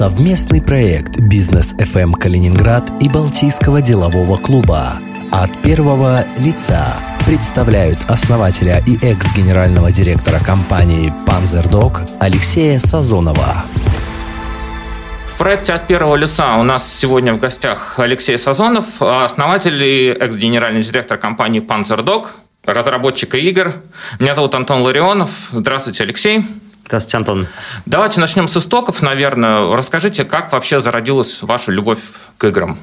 Совместный проект «Бизнес FM Калининград» и Балтийского делового клуба от первого лица представляют основателя и экс-генерального директора компании PanzerDog Алексея Сазонова. В проекте «От первого лица» у нас сегодня в гостях Алексей Сазонов, основатель и экс-генеральный директор компании PanzerDog, разработчика игр. Меня зовут Антон Ларионов. Здравствуйте, Алексей. Здравствуйте, Антон. Давайте начнем с истоков, наверное. Расскажите, как вообще зародилась ваша любовь к играм?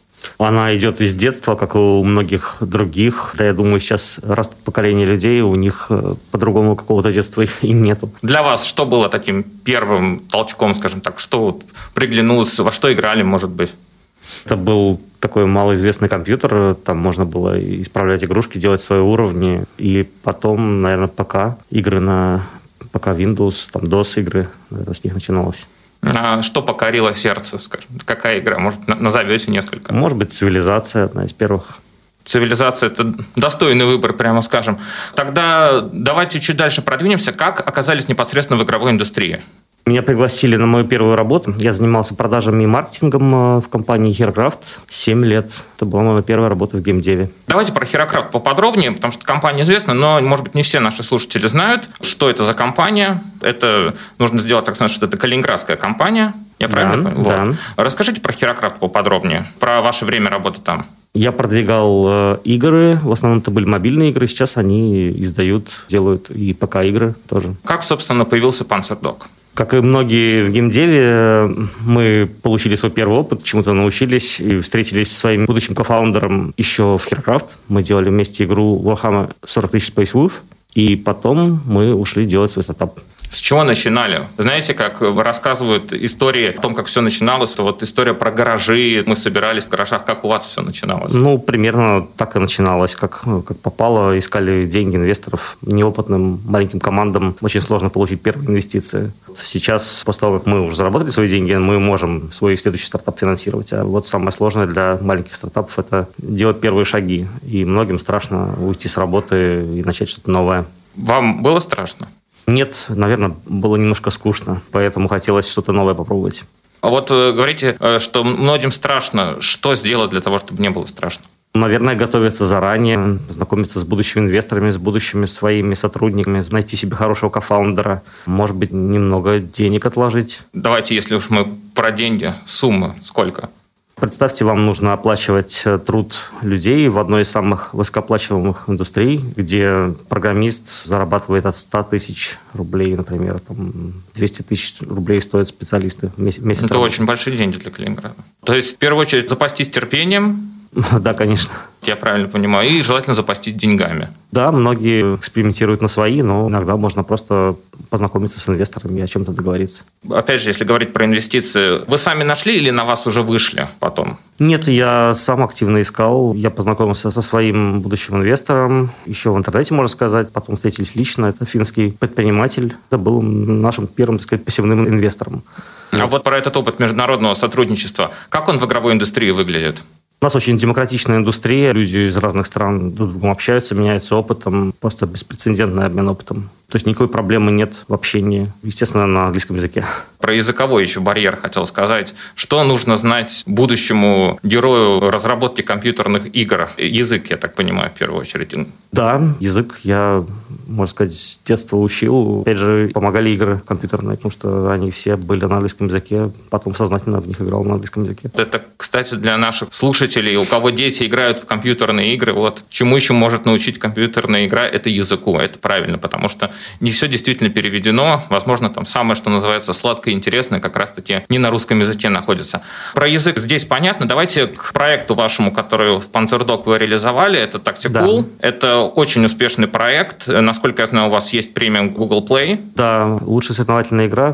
Она идет из детства, как и у многих других. Да, я думаю, сейчас растут поколения людей, у них по-другому какого-то детства и нету. Для вас что было таким первым толчком, скажем так? Что приглянулось, во что играли, может быть? Это был такой малоизвестный компьютер, там можно было исправлять игрушки, делать свои уровни. И потом, наверное, ПК, игры на ПК Windows, там DOS игры, это с них начиналось. А что покорило сердце, скажем? Какая игра? Может, назовете несколько? Может быть, «Цивилизация» одна из первых. «Цивилизация» — это достойный выбор, прямо скажем. Тогда давайте чуть дальше продвинемся. Как оказались непосредственно в игровой индустрии? Меня пригласили на мою первую работу. Я занимался продажами и маркетингом в компании HeroCraft 7 лет. Это была моя первая работа в геймдеве. Давайте про HeroCraft поподробнее, потому что компания известна, но, может быть, не все наши слушатели знают, что это за компания. Это нужно сделать так сказать, что это калининградская компания. Я правильно понял? Да. Вот. Расскажите про HeroCraft поподробнее, про ваше время работы там. Я продвигал игры, в основном это были мобильные игры, сейчас они делают и ПК-игры тоже. Как, собственно, появился PanzerDog? Как и многие в геймдеве, мы получили свой первый опыт, чему-то научились и встретились со своим будущим кофаундером еще в HeroCraft. Мы делали вместе игру Warhammer 40 000 Space Wolf, и потом мы ушли делать свой стартап. С чего начинали? Знаете, как рассказывают истории о том, как все начиналось, то вот история про гаражи, мы собирались в гаражах, как у вас все начиналось? Ну, примерно так и начиналось, как попало, искали деньги инвесторов. Неопытным маленьким командам очень сложно получить первые инвестиции. Сейчас, после того, как мы уже заработали свои деньги, мы можем свой следующий стартап финансировать. А вот самое сложное для маленьких стартапов – это делать первые шаги. И многим страшно уйти с работы и начать что-то новое. Вам было страшно? Нет, наверное, было немножко скучно, поэтому хотелось что-то новое попробовать. А вот вы говорите, что многим страшно. Что сделать для того, чтобы не было страшно? Наверное, готовиться заранее, знакомиться с будущими инвесторами, с будущими своими сотрудниками, найти себе хорошего кофаундера, может быть, немного денег отложить. Давайте, если уж мы про деньги, суммы сколько? Представьте, вам нужно оплачивать труд людей в одной из самых высокооплачиваемых индустрий, где программист зарабатывает от 100 000 рублей, например, там 200 000 рублей стоят специалисты в месяц. Это очень большие деньги для Калининграда. То есть, в первую очередь, запастись терпением. Да, конечно. Я правильно понимаю. И желательно запастись деньгами. Да, многие экспериментируют на свои, но иногда можно просто познакомиться с инвесторами и о чем-то договориться. Опять же, если говорить про инвестиции, вы сами нашли или на вас уже вышли потом? Нет, я сам активно искал. Я познакомился со своим будущим инвестором. Еще в интернете, можно сказать. Потом встретились лично. Это финский предприниматель. Это был нашим первым, так сказать, пассивным инвестором. А вот про этот опыт международного сотрудничества. Как он в игровой индустрии выглядит? У нас очень демократичная индустрия, люди из разных стран друг с другом общаются, меняются опытом, просто беспрецедентный обмен опытом. То есть никакой проблемы нет в общении, естественно, на английском языке. Про языковой еще барьер хотел сказать. Что нужно знать будущему герою разработки компьютерных игр? Язык, я так понимаю, в первую очередь. Да, язык я, можно сказать, с детства учил. Опять же, помогали игры компьютерные, потому что они все были на английском языке. Потом сознательно в них играл на английском языке. Это, кстати, для наших слушателей, у кого дети играют в компьютерные игры, вот чему еще может научить компьютерная игра, это языку. Это правильно, потому что не все действительно переведено. Возможно, там самое, что называется, сладкое и интересное, как раз-таки не на русском языке находится. Про язык здесь понятно. Давайте к проекту вашему, который в PanzerDog вы реализовали. Это Tacticool. Да. Это очень успешный проект. Насколько я знаю, у вас есть премия Google Play. Да, лучшая соревновательная игра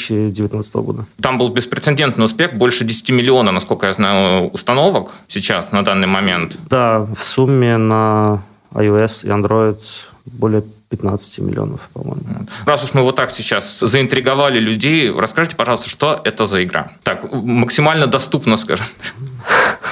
2019 года. Там был беспрецедентный успех. Больше 10 миллионов, насколько я знаю, установок сейчас, на данный момент. Да, в сумме на iOS и Android более 15 миллионов, по-моему. Раз уж мы вот так сейчас заинтриговали людей, расскажите, пожалуйста, что это за игра? Так, максимально доступно, скажем.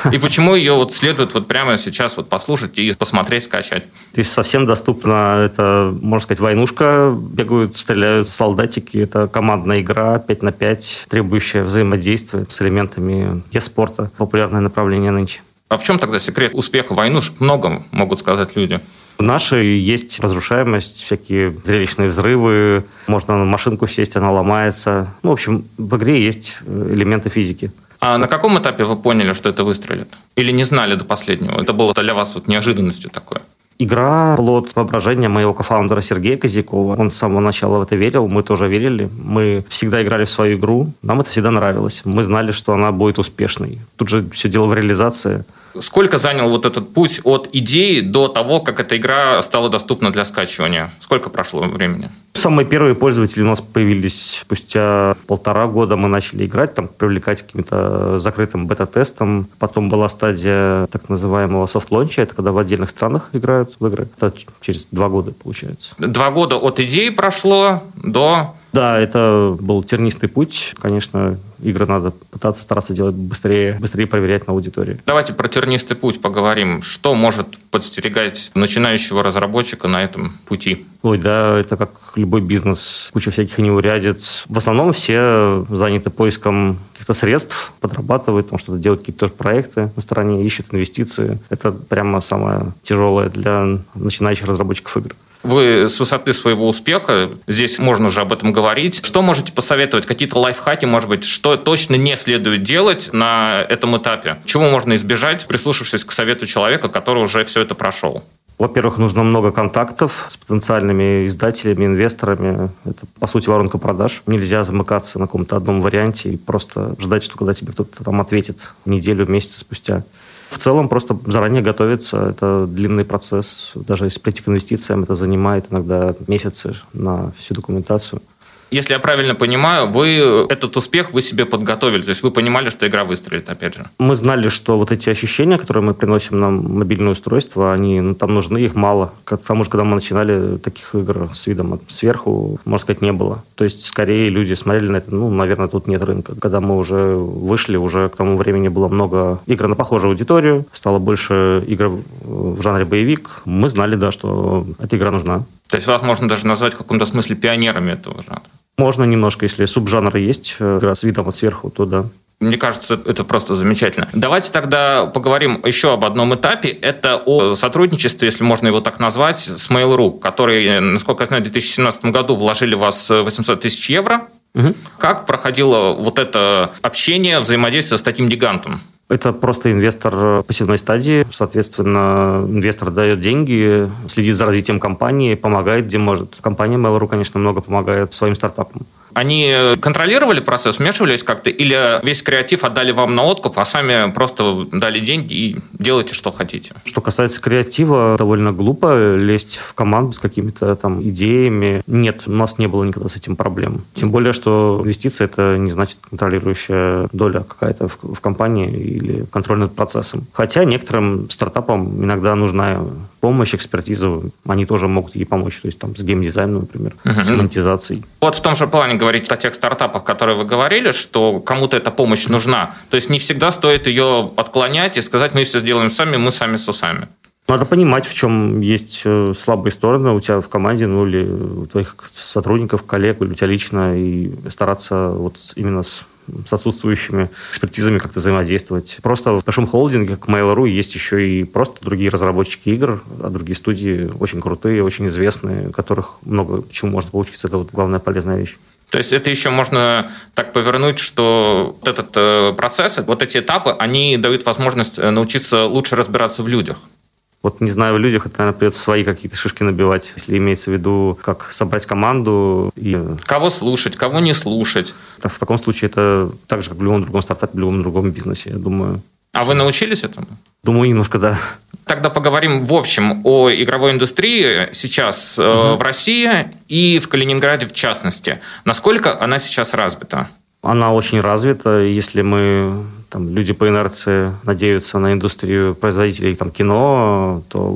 И почему ее вот следует вот прямо сейчас вот послушать и посмотреть, скачать? Здесь совсем доступно. Это, можно сказать, войнушка. Бегают, стреляют солдатики. Это командная игра 5 на 5, требующая взаимодействия с элементами e-спорта. Популярное направление нынче. А в чем тогда секрет успеха войнушек? Много могут сказать люди. В нашей есть разрушаемость, всякие зрелищные взрывы. Можно на машинку сесть, она ломается. В общем, в игре есть элементы физики. А на каком этапе вы поняли, что это выстрелит? Или не знали до последнего? Это было для вас вот неожиданностью такое? Игра – плод воображения моего кофаундера Сергея Козякова. Он с самого начала в это верил, мы тоже верили. Мы всегда играли в свою игру, нам это всегда нравилось. Мы знали, что она будет успешной. Тут же все дело в реализации. Сколько занял вот этот путь от идеи до того, как эта игра стала доступна для скачивания? Сколько прошло времени? Самые первые пользователи у нас появились спустя 1,5 года. Мы начали играть, привлекать каким-то закрытым бета-тестом. Потом была стадия так называемого софт-лонча. Это когда в отдельных странах играют в игры. Это через 2 года получается. 2 года от идеи прошло до... Да, это был тернистый путь. Конечно, игры надо пытаться стараться делать быстрее проверять на аудитории. Давайте про тернистый путь поговорим. Что может подстерегать начинающего разработчика на этом пути? Ой, да, это как любой бизнес. Куча всяких неурядиц. В основном все заняты поиском каких-то средств, подрабатывают, потому что делают какие-то тоже проекты на стороне, ищут инвестиции. Это прямо самое тяжелое для начинающих разработчиков игр. Вы с высоты своего успеха, здесь можно уже об этом говорить, что можете посоветовать? Какие-то лайфхаки, может быть, что точно не следует делать на этом этапе? Чего можно избежать, прислушавшись к совету человека, который уже все это прошел? Во-первых, нужно много контактов с потенциальными издателями, инвесторами. Это, по сути, воронка продаж. Нельзя замыкаться на каком-то одном варианте и просто ждать, что когда тебе кто-то там ответит неделю, месяц спустя. В целом просто заранее готовиться. Это длинный процесс. Даже если прийти к инвестициям, это занимает иногда месяцы на всю документацию. Если я правильно понимаю, этот успех вы себе подготовили, то есть вы понимали, что игра выстрелит, опять же. Мы знали, что вот эти ощущения, которые мы приносим на мобильное устройство, они там нужны, их мало. К тому же, когда мы начинали, таких игр с видом сверху, можно сказать, не было. То есть, скорее, люди смотрели на это, наверное, тут нет рынка. Когда мы уже вышли, уже к тому времени было много игр на похожую аудиторию, стало больше игр в жанре боевик. Мы знали, да, что эта игра нужна. То есть вас можно даже назвать в каком-то смысле пионерами этого жанра? Можно немножко, если субжанры есть, игра с видом сверху, то да. Мне кажется, это просто замечательно. Давайте тогда поговорим еще об одном этапе. Это о сотрудничестве, если можно его так назвать, с Mail.ru, который, насколько я знаю, в 2017 году вложили в вас 800 тысяч евро. Угу. Как проходило вот это общение, взаимодействие с таким гигантом? Это просто инвестор пассивной стадии. Соответственно, инвестор дает деньги, следит за развитием компании, помогает, где может. Компания Mail.ru, конечно, много помогает своим стартапам. Они контролировали процесс, вмешивались как-то, или весь креатив отдали вам на откуп, а сами просто дали деньги и делайте, что хотите? Что касается креатива, довольно глупо лезть в команду с какими-то там идеями. Нет, у нас не было никогда с этим проблем. Тем более, что инвестиции – это не значит контролирующая доля какая-то в компании или контроль над процессом. Хотя некоторым стартапам иногда нужна помощь, экспертиза, они тоже могут ей помочь, то есть там с геймдизайном, например, с монетизацией. Вот в том же плане говорить о тех стартапах, которые вы говорили, что кому-то эта помощь нужна. То есть не всегда стоит ее отклонять и сказать, мы все сделаем сами, мы сами с усами. Надо понимать, в чем есть слабые стороны у тебя в команде, или у твоих сотрудников, коллег, или у тебя лично, и стараться вот именно с отсутствующими экспертизами как-то взаимодействовать. Просто в большом холдинге, как Mail.ru, есть еще и просто другие разработчики игр, а другие студии очень крутые, очень известные, у которых много чему можно поучиться. Это вот главная полезная вещь. То есть это еще можно так повернуть, что вот этот процесс, вот эти этапы, они дают возможность научиться лучше разбираться в людях. Вот не знаю, в людях это, наверное, придется свои какие-то шишки набивать, если имеется в виду, как собрать команду. И... Кого слушать, кого не слушать. В таком случае это так же, как в любом другом стартапе, в любом другом бизнесе, я думаю. А вы научились этому? Думаю, немножко, да. Тогда поговорим в общем о игровой индустрии сейчас в России и в Калининграде в частности. Насколько она сейчас развита? Она очень развита. Если люди по инерции надеются на индустрию производителей кино, то вот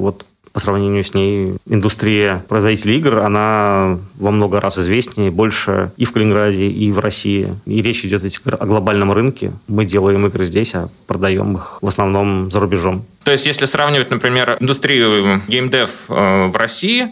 по сравнению с ней индустрия производителей игр, она во много раз известнее, больше и в Калининграде, и в России. И речь идет о глобальном рынке. Мы делаем игры здесь, а продаем их в основном за рубежом. То есть, если сравнивать, например, индустрию геймдев в России,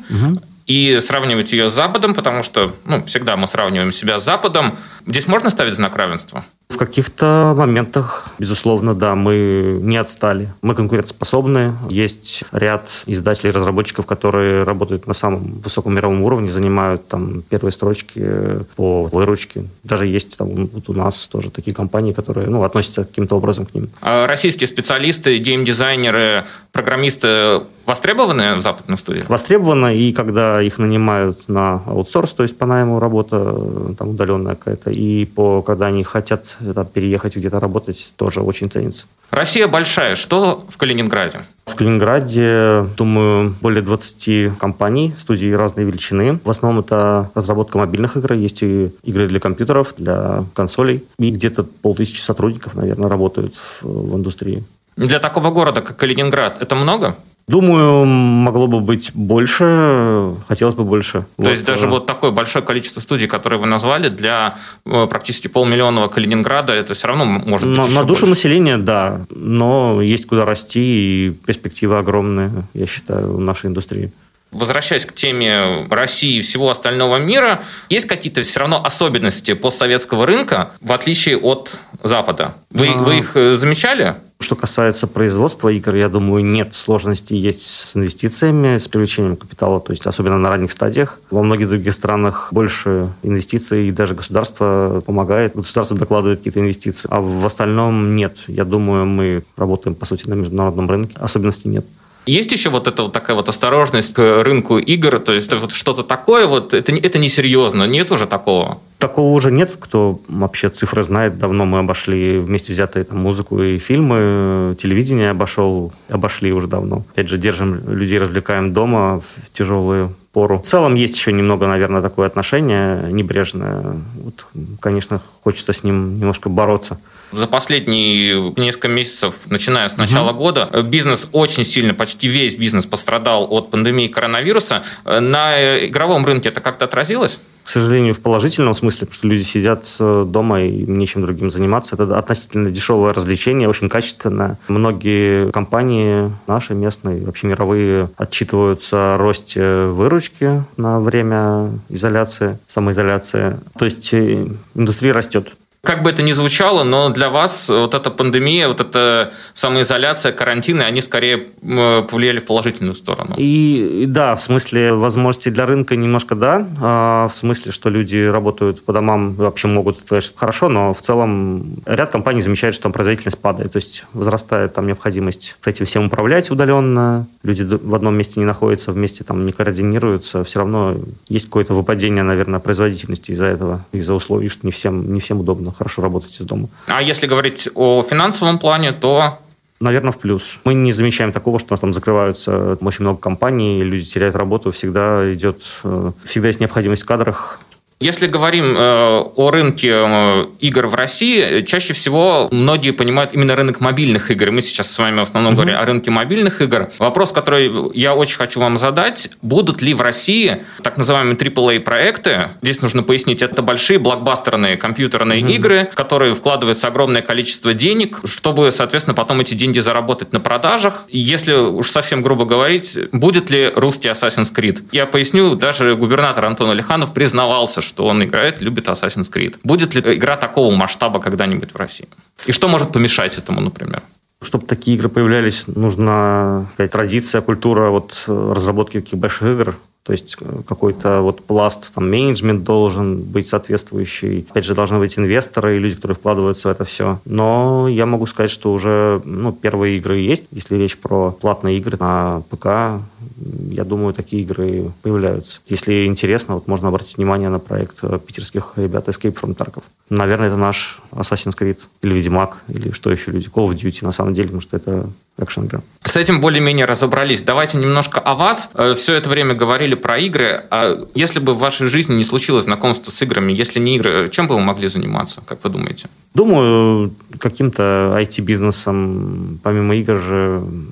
и сравнивать ее с Западом, потому что всегда мы сравниваем себя с Западом, здесь можно ставить знак равенства? В каких-то моментах, безусловно, да, мы не отстали. Мы конкурентоспособны. Есть ряд издателей и разработчиков, которые работают на самом высоком мировом уровне, занимают там первые строчки по выручке. Даже есть там вот у нас тоже такие компании, которые относятся каким-то образом к ним. А российские специалисты, геймдизайнеры, программисты востребованы в западных студиях? Востребованы, и когда их нанимают на аутсорс, то есть по найму работа там удаленная какая-то, и когда они хотят переехать где-то работать, тоже очень ценится. Россия большая. Что в Калининграде? В Калининграде, думаю, более 20 компаний, студий разной величины. В основном это разработка мобильных игр. Есть и игры для компьютеров, для консолей. И где-то 500 сотрудников, наверное, работают в индустрии. Для такого города, как Калининград, это много? Думаю, могло бы быть больше, хотелось бы больше. То есть даже такое большое количество студий, которые вы назвали, для практически 500 000 Калининграда, это все равно может быть еще на душу больше. населения, да, но есть куда расти, и перспективы огромные, я считаю, в нашей индустрии. Возвращаясь к теме России и всего остального мира, есть какие-то все равно особенности постсоветского рынка, в отличие от Запада? Вы их замечали? Что касается производства игр, я думаю, нет сложностей есть с инвестициями, с привлечением капитала, то есть особенно на ранних стадиях. Во многих других странах больше инвестиций, и даже государство помогает, государство докладывает какие-то инвестиции. А в остальном нет. Я думаю, мы работаем, по сути, на международном рынке. Особенностей нет. Есть еще такая осторожность к рынку игр, то есть что-то такое, это несерьезно, нет уже такого? Такого уже нет, кто вообще цифры знает. Давно мы обошли вместе взятые музыку и фильмы, телевидение обошли уже давно. Опять же, держим людей, развлекаем дома в тяжелую пору. В целом есть еще немного, наверное, такое отношение небрежное. Конечно, хочется с ним немножко бороться. За последние несколько месяцев, начиная с начала года, бизнес очень сильно, почти весь бизнес пострадал от пандемии коронавируса. На игровом рынке это как-то отразилось? К сожалению, в положительном смысле, потому что люди сидят дома и нечем другим заниматься. Это относительно дешевое развлечение, очень качественное. Многие компании, наши, местные, вообще мировые, отчитываются о росте выручки на время изоляции, самоизоляции. То есть индустрия растет. Как бы это ни звучало, но для вас эта пандемия, эта самоизоляция, карантины, они скорее повлияли в положительную сторону. И да, в смысле возможностей для рынка немножко да, в смысле, что люди работают по домам, вообще могут, это конечно, хорошо, но в целом ряд компаний замечает, что производительность падает, то есть возрастает необходимость этим всем управлять удаленно, люди в одном месте не находятся, вместе не координируются, все равно есть какое-то выпадение, наверное, производительности из-за этого, из-за условий, что не всем удобно хорошо работать из дома. А если говорить о финансовом плане, то... Наверное, в плюс. Мы не замечаем такого, что у нас закрываются очень много компаний, люди теряют работу, всегда есть необходимость в кадрах. Если говорим о рынке игр в России, чаще всего многие понимают именно рынок мобильных игр. Мы сейчас с вами в основном говорим о рынке мобильных игр. Вопрос, который я очень хочу вам задать, будут ли в России так называемые AAA-проекты? Здесь нужно пояснить, это большие блокбастерные компьютерные игры, в которые вкладывается огромное количество денег, чтобы, соответственно, потом эти деньги заработать на продажах. И если уж совсем грубо говорить, будет ли русский Assassin's Creed? Я поясню, даже губернатор Антон Алиханов признавался, что он играет, любит Assassin's Creed. Будет ли игра такого масштаба когда-нибудь в России? И что может помешать этому, например? Чтобы такие игры появлялись, нужна традиция, культура разработки таких больших игр. То есть какой-то пласт, менеджмент должен быть соответствующий. Опять же, должны быть инвесторы и люди, которые вкладываются в это все. Но я могу сказать, что уже первые игры есть. Если речь про платные игры на ПК, я думаю, такие игры появляются. Если интересно, можно обратить внимание на проект питерских ребят Escape from Tarkov. Наверное, это наш Assassin's Creed или Ведьмак, или что еще люди. Call of Duty, на самом деле, потому что это экшн-игра. С этим более-менее разобрались. Давайте немножко о вас. Все это время говорили про игры. А если бы в вашей жизни не случилось знакомства с играми, если не игры, чем бы вы могли заниматься, как вы думаете? Думаю, каким-то IT-бизнесом, помимо игр же,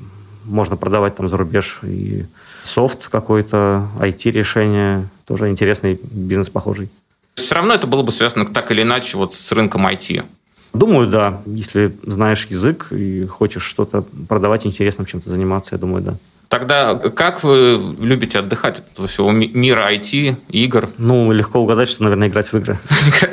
можно продавать там за рубеж и софт какой-то, IT-решение. Тоже интересный бизнес похожий. Все равно это было бы связано так или иначе вот с рынком IT. Думаю, да. Если знаешь язык и хочешь что-то продавать интересным, чем-то заниматься, я думаю, да. Тогда как вы любите отдыхать от этого всего мира IT, игр? Ну, легко угадать, что, наверное, играть в игры.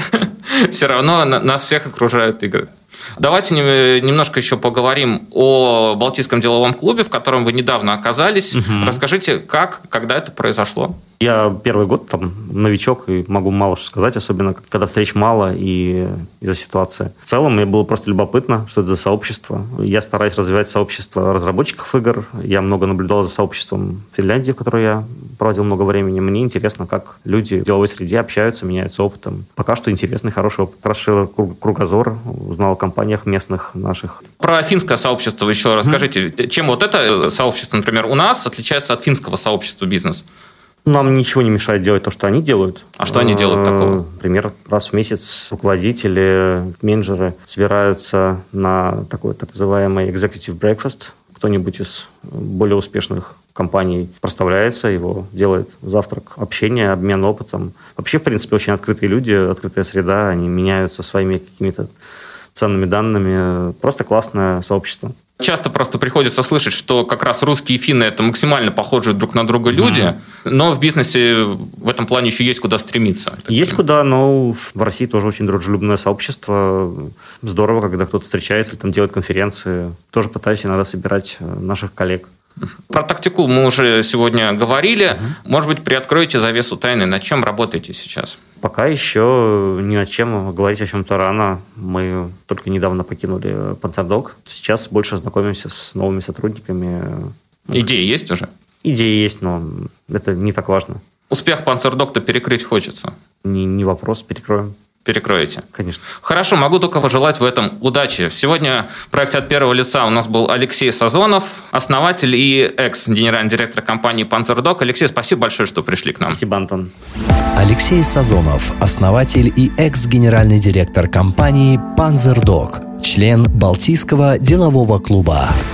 Все равно нас всех окружают игры. Давайте немножко еще поговорим о Балтийском деловом клубе, в котором вы недавно оказались. Расскажите, когда это произошло? Я первый год там новичок и могу мало что сказать, особенно когда встреч мало и из-за ситуации. В целом мне было просто любопытно, что это за сообщество. Я стараюсь развивать сообщество разработчиков игр. Я много наблюдал за сообществом в Финляндии, в которой я проводил много времени. Мне интересно, как люди в деловой среде общаются, меняются опытом. Пока что интересный, хороший опыт. Расширил кругозор, узнал о компаниях местных наших. Про финское сообщество еще расскажите. Чем вот это сообщество, например, у нас отличается от финского сообщества бизнес? Нам ничего не мешает делать то, что они делают. А что они делают такого? Например, раз в месяц руководители, менеджеры собираются на такой так называемый executive breakfast. Кто-нибудь из более успешных компаний проставляется, его делает завтрак, общение, обмен опытом. Вообще, в принципе, очень открытые люди, открытая среда, они меняются своими какими-то ценными данными. Просто классное сообщество. Часто просто приходится слышать, что как раз русские и финны – это максимально похожие друг на друга люди, но в бизнесе в этом плане еще есть куда стремиться. Есть куда, но в России тоже очень дружелюбное сообщество. Здорово, когда кто-то встречается или там делает конференции. Тоже пытаюсь иногда собирать наших коллег. Про Tacticool мы уже сегодня говорили. Может быть, приоткроете завесу тайны, над чем работаете сейчас? Пока еще ни над чем, говорить о чем-то рано. Мы только недавно покинули PanzerDog. Сейчас больше знакомимся с новыми сотрудниками. Идеи есть уже? Идеи есть, но это не так важно. Успех PanzerDog-то перекрыть хочется. Не вопрос, перекроем. Перекроете? Конечно. Хорошо, могу только пожелать в этом удачи. Сегодня в проекте «От первого лица» у нас был Алексей Сазонов, основатель и экс-генеральный директор компании PanzerDog. Алексей, спасибо большое, что пришли к нам. Спасибо, Антон. Алексей Сазонов, основатель и экс-генеральный директор компании PanzerDog, член Балтийского делового клуба.